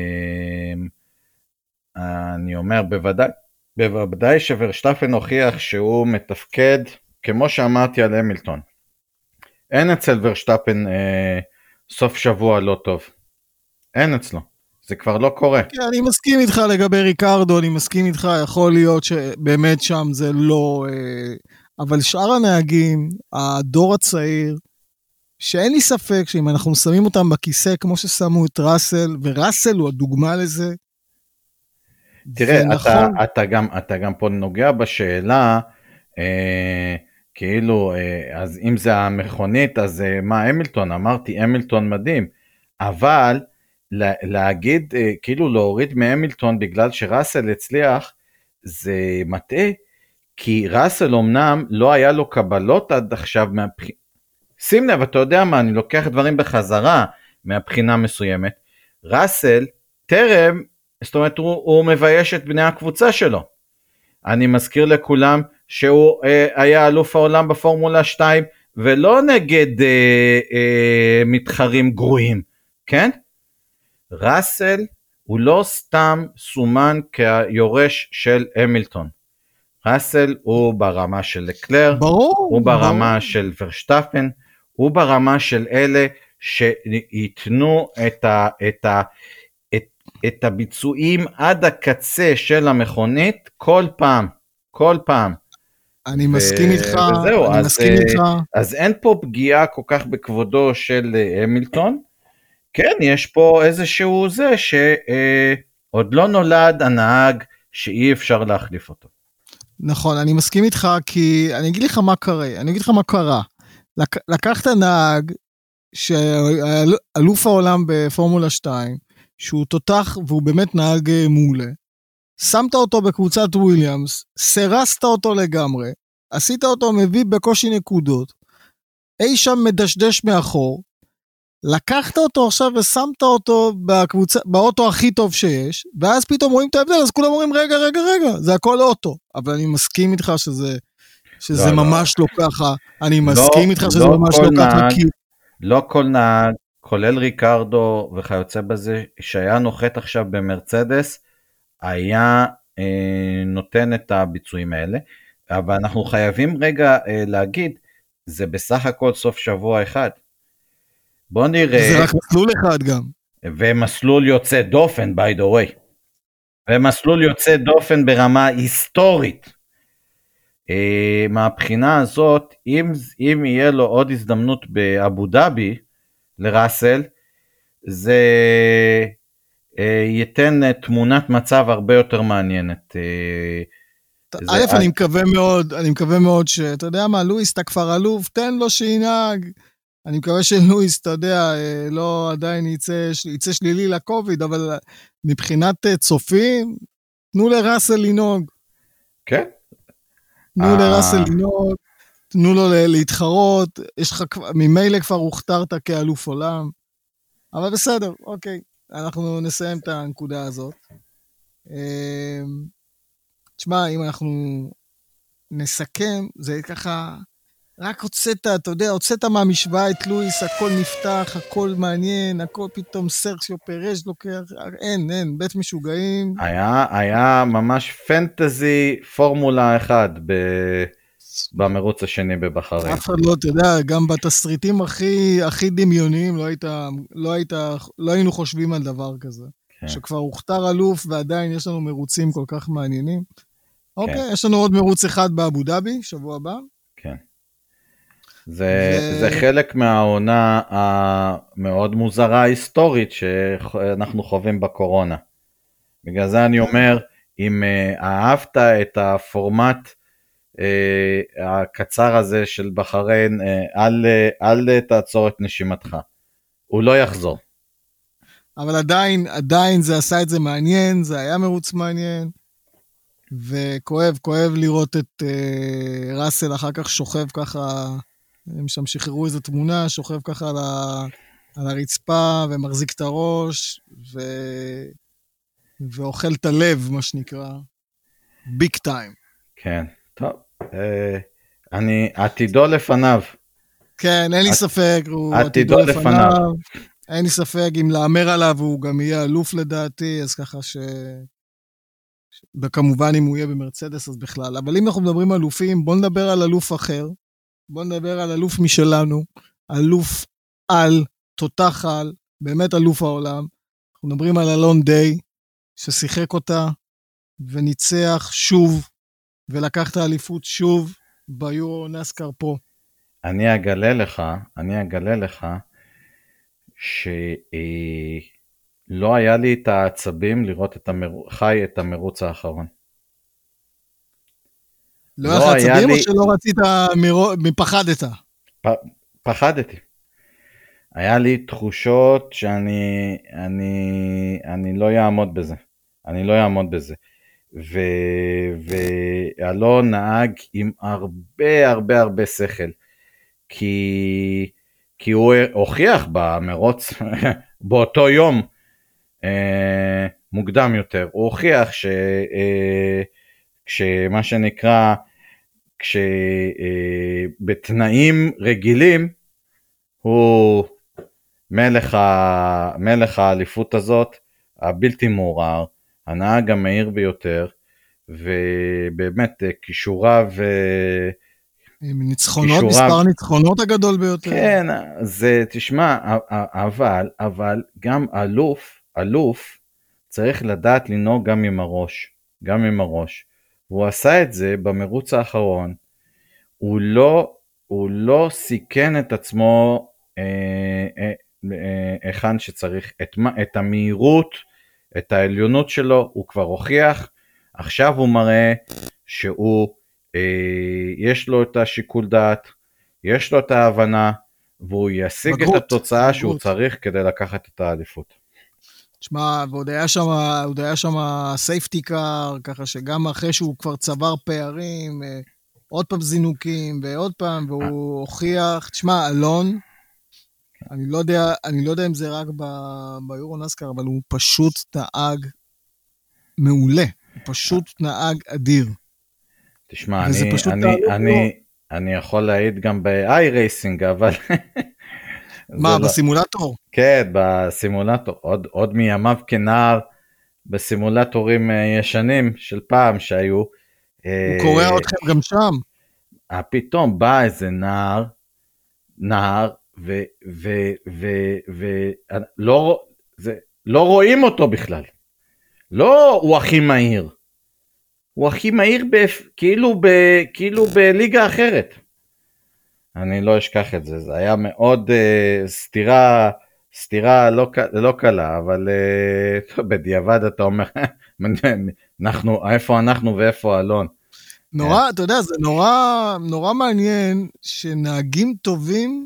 אני אומר, בוודאי, בוודאי שוורשטאפן הוכיח שהוא מתפקד, כמו שאמרתי על המילטון. אין אצל ורשטאפן אה, סוף שבוע לא טוב. אין אצלו. זה כבר לא קורה. כן, אני מסכים איתך לגבי ריקרדו, אני מסכים איתך, יכול להיות שבאמת שם זה לא... אה, אבל שאר הנהגים, הדור הצעיר, שאין לי ספק שאם אנחנו שמים אותם בכיסא, כמו ששמו את ראסל, וראסל הוא הדוגמה לזה, תראה, אתה, אתה, גם, אתה גם פה נוגע בשאלה, אה, כאילו, אה, אז אם זה המכונית, אז אה, מה המילטון? אמרתי, המילטון מדהים, אבל לה, להגיד, אה, כאילו להוריד מהמילטון בגלל שראסל הצליח, זה מטעה, כי ראסל אמנם לא היה לו קבלות עד עכשיו, מהבח... שים לב, אתה יודע מה, אני לוקח דברים בחזרה מהבחינה מסוימת, ראסל טרם, זאת אומרת, הוא, הוא מבייש את בני הקבוצה שלו. אני מזכיר לכולם שהוא אה, היה אלוף העולם בפורמולה שתיים, ולא נגד אה, אה, מתחרים גרועים, כן? ראסל הוא לא סתם סומן כיורש של המילטון. ראסל הוא ברמה של לקלר, ברור, הוא ברמה ברור. של ורשטאפן, הוא ברמה של אלה שיתנו את ה... את ה את הביצועים עד הקצה של המכונית כל פעם, כל פעם. אני מסכים איתך, וזהו, אני אז, מסכים איתך. אז אין פה פגיעה כל כך בכבודו של המילטון, כן, יש פה איזשהו זה שעוד לא נולד הנהג שאי אפשר להחליף אותו. נכון, אני מסכים איתך, כי אני אגיד לך מה קרה, אני אגיד לך מה קרה. לק, לקחת נהג שאלוף העולם בפורמולה שתיים, שהוא תותח והוא באמת נהג מעולה, שמת אותו בקבוצת וויליאמס, סרסת אותו לגמרי, עשית אותו מביא בקושי נקודות, אי שם מדשדש מאחור, לקחת אותו עכשיו ושמת אותו בקבוצה, באוטו הכי טוב שיש, ואז פתאום רואים את ההבדל, אז כולם אומרים, רגע, רגע, רגע, זה הכל אוטו. אבל אני מסכים איתך שזה, שזה לא, ממש לא, לא ככה, אני מסכים לא, איתך שזה לא ממש לא ככה, כי... לא כל נהג, כולל ריקרדו וכיוצא בזה, שהיה נוחת עכשיו במרצדס, היה אה, נותן את הביצועים האלה, אבל אנחנו חייבים רגע אה, להגיד, זה בסך הכל סוף שבוע אחד. בוא נראה. זה רק מסלול אחד גם. ומסלול יוצא דופן, by the way. ומסלול יוצא דופן ברמה היסטורית. אה, מהבחינה הזאת, אם, אם יהיה לו עוד הזדמנות באבו דאבי, לראסל, זה אה, ייתן תמונת מצב הרבה יותר מעניינת. אה, א', זה... אני מקווה מאוד, אני מקווה מאוד שאתה יודע מה, לואיס, אתה כבר אלוף, תן לו שינהג. אני מקווה שלואיס, אתה יודע, לא עדיין יצא, יצא שלילי לקוביד, אבל מבחינת צופים, תנו לראסל לנהוג. כן. תנו לראסל לנהוג, תנו לו להתחרות, יש לך, ממילא כבר הוכתרת כאלוף עולם, אבל בסדר, אוקיי, אנחנו נסיים את הנקודה הזאת. תשמע, אם אנחנו נסכם, זה ככה, רק הוצאת, אתה יודע, הוצאת מהמשוואה את לואיס, הכל נפתח, הכל מעניין, הכל פתאום סרקסיו פרש לוקח, אין, אין, בית משוגעים. היה, היה ממש פנטזי פורמולה אחד ב... במרוץ השני בבחריין. אף אחד לא, אתה יודע, גם בתסריטים הכי, הכי דמיוניים, לא היית, לא היית, לא היינו חושבים על דבר כזה. כן. שכבר הוכתר אלוף, ועדיין יש לנו מרוצים כל כך מעניינים. כן. אוקיי, יש לנו עוד מרוץ אחד באבו דאבי, שבוע הבא. כן. זה, ו... זה חלק מהעונה המאוד מוזרה ההיסטורית, שאנחנו חווים בקורונה. בגלל זה אני אומר, אם אהבת את הפורמט, Uh, הקצר הזה של בחריין, uh, אל, uh, אל תעצור את נשימתך, הוא לא יחזור. אבל עדיין, עדיין זה עשה את זה מעניין, זה היה מרוץ מעניין, וכואב, כואב לראות את uh, ראסל אחר כך שוכב ככה, הם שם שחררו איזו תמונה, שוכב ככה על, ה, על הרצפה, ומחזיק את הראש, ו, ואוכל את הלב, מה שנקרא, ביג טיים. כן. טוב, אני עתידו לפניו. כן, אין לי ספק, הוא עתידו לפניו. אין לי ספק, אם לאמר עליו הוא גם יהיה אלוף לדעתי, אז ככה ש... וכמובן אם הוא יהיה במרצדס אז בכלל. אבל אם אנחנו מדברים על אלופים, בוא נדבר על אלוף אחר. בוא נדבר על אלוף משלנו, אלוף על, תותח על, באמת אלוף העולם. אנחנו מדברים על אלון דיי, ששיחק אותה וניצח שוב, ולקחת האליפות שוב ביורו נסקר פרו. אני אגלה לך, אני אגלה לך, שלא היה לי את העצבים לראות את המר... חי את המרוץ האחרון. לא היה לך עצבים או שלא רצית, מפחדת? פ... פחדתי. היה לי תחושות שאני אני, אני לא יעמוד בזה. אני לא יעמוד בזה. ו... ואלון נהג עם הרבה הרבה הרבה שכל, כי, כי הוא הוכיח במרוץ באותו יום אה, מוקדם יותר, הוא הוכיח ש, אה, כשמה שנקרא, כשבתנאים אה, רגילים, הוא מלך, ה, מלך האליפות הזאת, הבלתי מעורער, הנהג המהיר ביותר, ובאמת כישוריו, ניצחונות, מספר ניצחונות הגדול ביותר. כן, זה, תשמע, אבל, אבל גם אלוף, אלוף, צריך לדעת לנהוג גם עם הראש, גם עם הראש. והוא עשה את זה במרוץ האחרון, הוא לא, הוא לא סיכן את עצמו, אה, אה, אה, היכן שצריך, את, את המהירות, את העליונות שלו, הוא כבר הוכיח, עכשיו הוא מראה שהוא, אה, יש לו את השיקול דעת, יש לו את ההבנה, והוא ישיג בגרות, את התוצאה בגרות. שהוא צריך כדי לקחת את העדיפות. תשמע, ועוד היה שם, עוד היה שם סייפטי קאר, ככה שגם אחרי שהוא כבר צבר פערים, עוד פעם זינוקים, ועוד פעם, והוא הוכיח, תשמע, אלון, אני לא יודע, אני לא יודע אם זה רק ביורו נסקר, אבל הוא פשוט נהג מעולה, הוא פשוט נהג אדיר. תשמע, אני, אני, אני, אני יכול להעיד גם ב-איי רייסינג, אבל... מה, בסימולטור? כן, בסימולטור, עוד, עוד מימיו כנער, בסימולטורים ישנים של פעם שהיו. הוא קורא אתכם גם שם. פתאום בא איזה נער, נער, ו, ו, ו, ו, לא, זה, לא רואים אותו בכלל. לא, הוא הכי מהיר. הוא הכי מהיר ב, כאילו, ב, כאילו בליגה אחרת. אני לא אשכח את זה, זה היה מאוד uh, סתירה, סתירה לא, לא קלה, אבל uh, בדיעבד אתה אומר, אנחנו, איפה אנחנו ואיפה אלון. נורא, אתה יודע, זה נורא, נורא מעניין שנהגים טובים,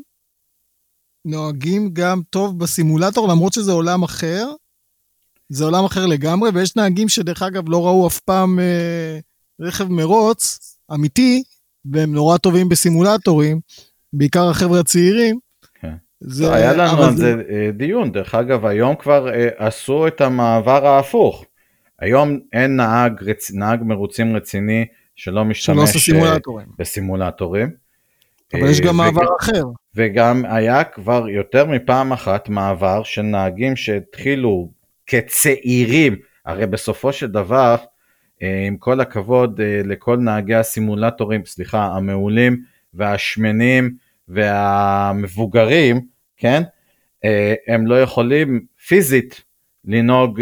נוהגים גם טוב בסימולטור, למרות שזה עולם אחר, זה עולם אחר לגמרי, ויש נהגים שדרך אגב לא ראו אף פעם אה, רכב מרוץ אמיתי, והם נורא טובים בסימולטורים, בעיקר החבר'ה הצעירים. כן. זה, היה לנו על זה, זה דיון, דרך אגב, היום כבר אה, עשו את המעבר ההפוך. היום אין נהג, רצ... נהג מרוצים רציני, שלא משתמש סימולטורים. בסימולטורים. אבל יש גם מעבר אחר. וגם היה כבר יותר מפעם אחת מעבר של נהגים שהתחילו כצעירים, הרי בסופו של דבר, עם כל הכבוד לכל נהגי הסימולטורים, סליחה, המעולים והשמנים והמבוגרים, כן? הם לא יכולים פיזית לנהוג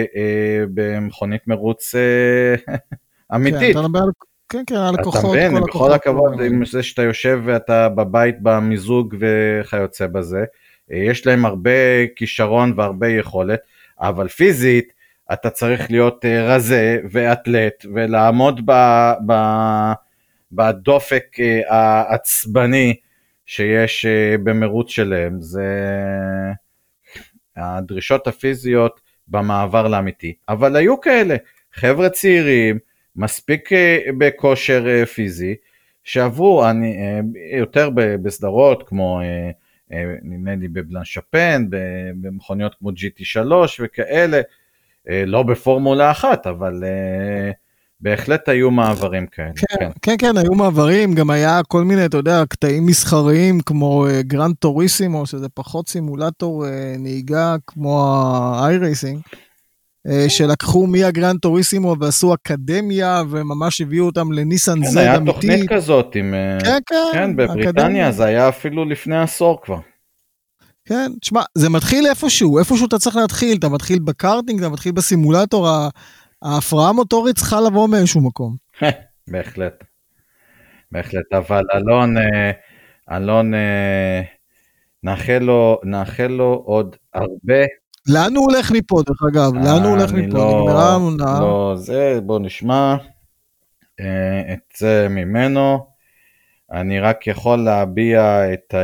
במכונית מרוץ אמיתית. כן, כן, הלקוחות. אתה מבין, בכל הכבוד, עם זה שאתה יושב ואתה בבית במיזוג וכיוצא בזה, יש להם הרבה כישרון והרבה יכולת, אבל פיזית אתה צריך להיות רזה ואתלט, ולעמוד ב, ב, בדופק העצבני שיש במרוץ שלהם. זה הדרישות הפיזיות במעבר לאמיתי. אבל היו כאלה, חבר'ה צעירים, מספיק בכושר פיזי, שעברו אני, יותר בסדרות, כמו נדמה לי בבלן שפן, במכוניות כמו ג'י טי שלוש וכאלה, לא בפורמולה אחת, אבל בהחלט היו מעברים כאלה. כן, כן, כן, כן, היו מעברים, גם היה כל מיני, אתה יודע, קטעים מסחריים, כמו גרנד טוריסימו, שזה פחות סימולטור נהיגה, כמו ה-iRacing, שלקחו מהגרנד טוריסימו ועשו אקדמיה, וממש הביאו אותם לניסן זד אמיתי. כן, היה תוכנית כזאת, עם... כן, כן. כן, בבריטניה, זה היה אפילו לפני עשור כבר. כן, תשמע, זה מתחיל איפשהו, איפשהו אתה צריך להתחיל, אתה מתחיל בקארטינג, אתה מתחיל בסימולטור, ההפרעה המוטורית צריכה לבוא מאיזשהו מקום. בהחלט, בהחלט, אבל אלון, אלון, נאחל לו, נאחל לו עוד הרבה. לאן הוא הולך מפה, דרך אגב? לאן הוא הולך מפה? לא, לא, זה, בוא נשמע את זה ממנו. אני רק יכול להביע את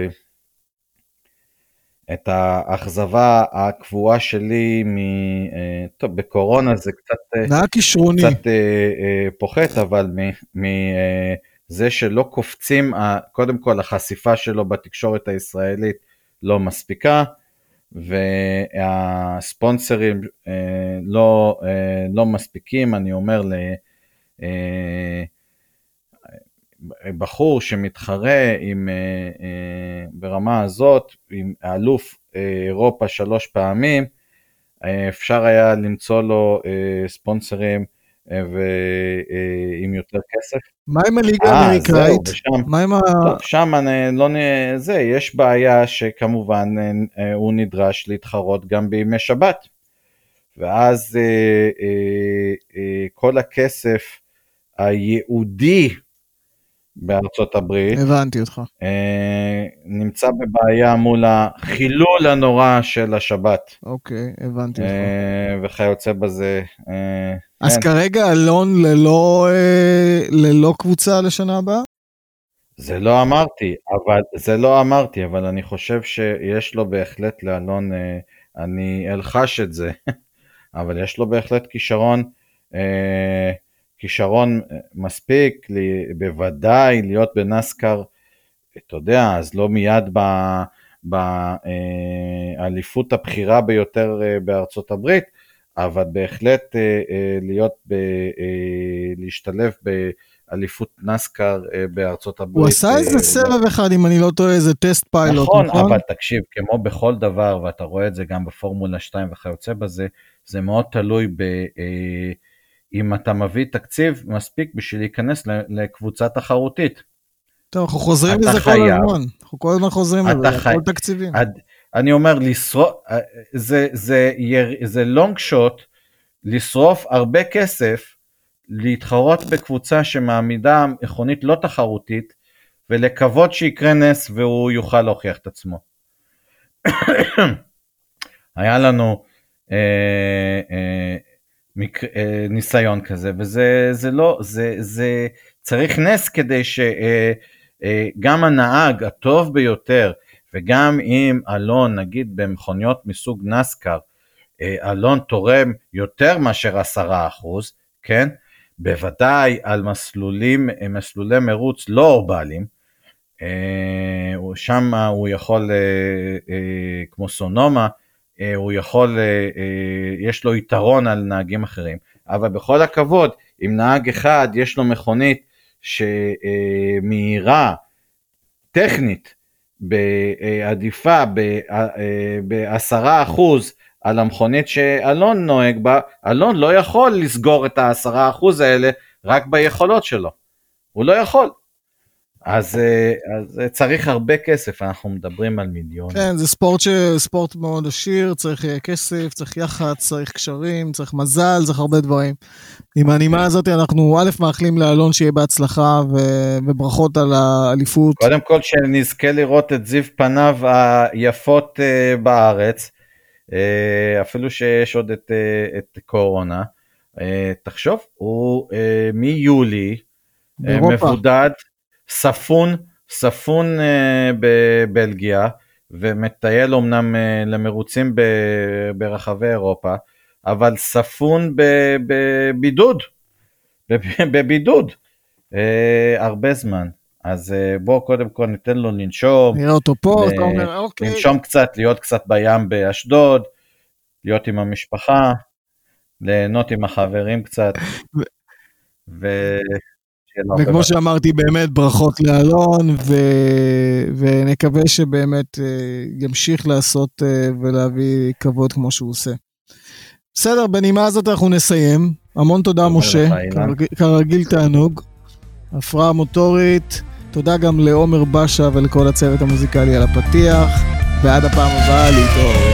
את האכזבה הקבועה שלי, מ... טוב, בקורונה זה קצת, קצת פוחת, אבל מזה שלא קופצים, קודם כל החשיפה שלו בתקשורת הישראלית לא מספיקה, והספונסרים לא, לא מספיקים. אני אומר לבחור שמתחרה עם, ברמה הזאת, עם האלוף אירופה שלוש פעמים, אפשר היה למצוא לו ספונסרים ועם יותר כסף. מה עם הליגה האמריקאית? מה עם ה... טוב, שם אני לא... זה, יש בעיה שכמובן הוא נדרש להתחרות גם בימי שבת, ואז כל הכסף הייעודי בארצות הברית, הבנתי אותך, נמצא בבעיה מול החילול הנורא של השבת. אוקיי, הבנתי אותך. וכיוצא בזה. אז כרגע אלון ללא, ללא קבוצה לשנה הבאה? זה לא אמרתי, אבל זה לא אמרתי, אבל אני חושב שיש לו בהחלט לאלון, אני אלחש את זה, אבל יש לו בהחלט כישרון, כישרון מספיק, בוודאי להיות בנסקר, אתה יודע, אז לא מיד באליפות הבחירה ביותר בארצות הברית, אבל בהחלט להיות, להשתלב באליפות נסקר בארצות הברית. הוא עשה איזה סבב אחד, אם אני לא טועה, איזה טסט פיילוט, נכון? נכון, אבל תקשיב, כמו בכל דבר, ואתה רואה את זה גם בפורמולה שתיים וכיוצא בזה, זה מאוד תלוי ב... אם אתה מביא תקציב מספיק בשביל להיכנס לקבוצה תחרותית. טוב, אנחנו חוזרים לזה כל הזמן. אנחנו כל הזמן חוזרים לזה, כל תקציבים. אני אומר, זה לונג שוט, לשרוף הרבה כסף, להתחרות בקבוצה שמעמידה מכונית לא תחרותית, ולקוות שיקרה נס והוא יוכל להוכיח את עצמו. היה לנו אה, אה, מק, אה, ניסיון כזה, וזה זה לא, זה, זה צריך נס כדי שגם אה, אה, הנהג הטוב ביותר, וגם אם אלון, נגיד במכוניות מסוג נסקר, אה, אלון תורם יותר מאשר עשרה אחוז, כן? בוודאי על מסלולים, מסלולי מרוץ לא אורבליים, אה, שם הוא יכול, אה, אה, כמו סונומה, אה, הוא יכול, אה, אה, יש לו יתרון על נהגים אחרים, אבל בכל הכבוד, אם נהג אחד יש לו מכונית שמהירה, טכנית, בעדיפה בעשרה אחוז על המכונית שאלון נוהג בה, אלון לא יכול לסגור את העשרה אחוז האלה רק ביכולות שלו, הוא לא יכול. אז, אז צריך הרבה כסף, אנחנו מדברים על מיליון. כן, זה ספורט, ש... ספורט מאוד עשיר, צריך כסף, צריך יחץ, צריך קשרים, צריך מזל, צריך הרבה דברים. עם הנימה הזאת אנחנו א' מאחלים לאלון שיהיה בהצלחה, ו... וברכות על האליפות. קודם כל שנזכה לראות את זיו פניו היפות בארץ, אפילו שיש עוד את, את קורונה. תחשוב, הוא מיולי מבודד, ספון, ספון uh, בבלגיה, ומטייל אומנם uh, למרוצים ב, ברחבי אירופה, אבל ספון בבידוד, בבידוד, uh, הרבה זמן. אז uh, בוא קודם כל ניתן לו לנשום, נראה אותו פה, אתה אומר, אוקיי. לנשום קצת, להיות קצת בים באשדוד, להיות עם המשפחה, ליהנות עם החברים קצת, ו... וכמו שאמרתי, באמת ברכות לאלון, ו... ונקווה שבאמת ימשיך לעשות ולהביא כבוד כמו שהוא עושה. בסדר, בנימה הזאת אנחנו נסיים. המון תודה משה, כרגיל, כרגיל תענוג. הפרעה מוטורית, תודה גם לעומר בשה ולכל הצוות המוזיקלי על הפתיח, ועד הפעם הבאה להתראות.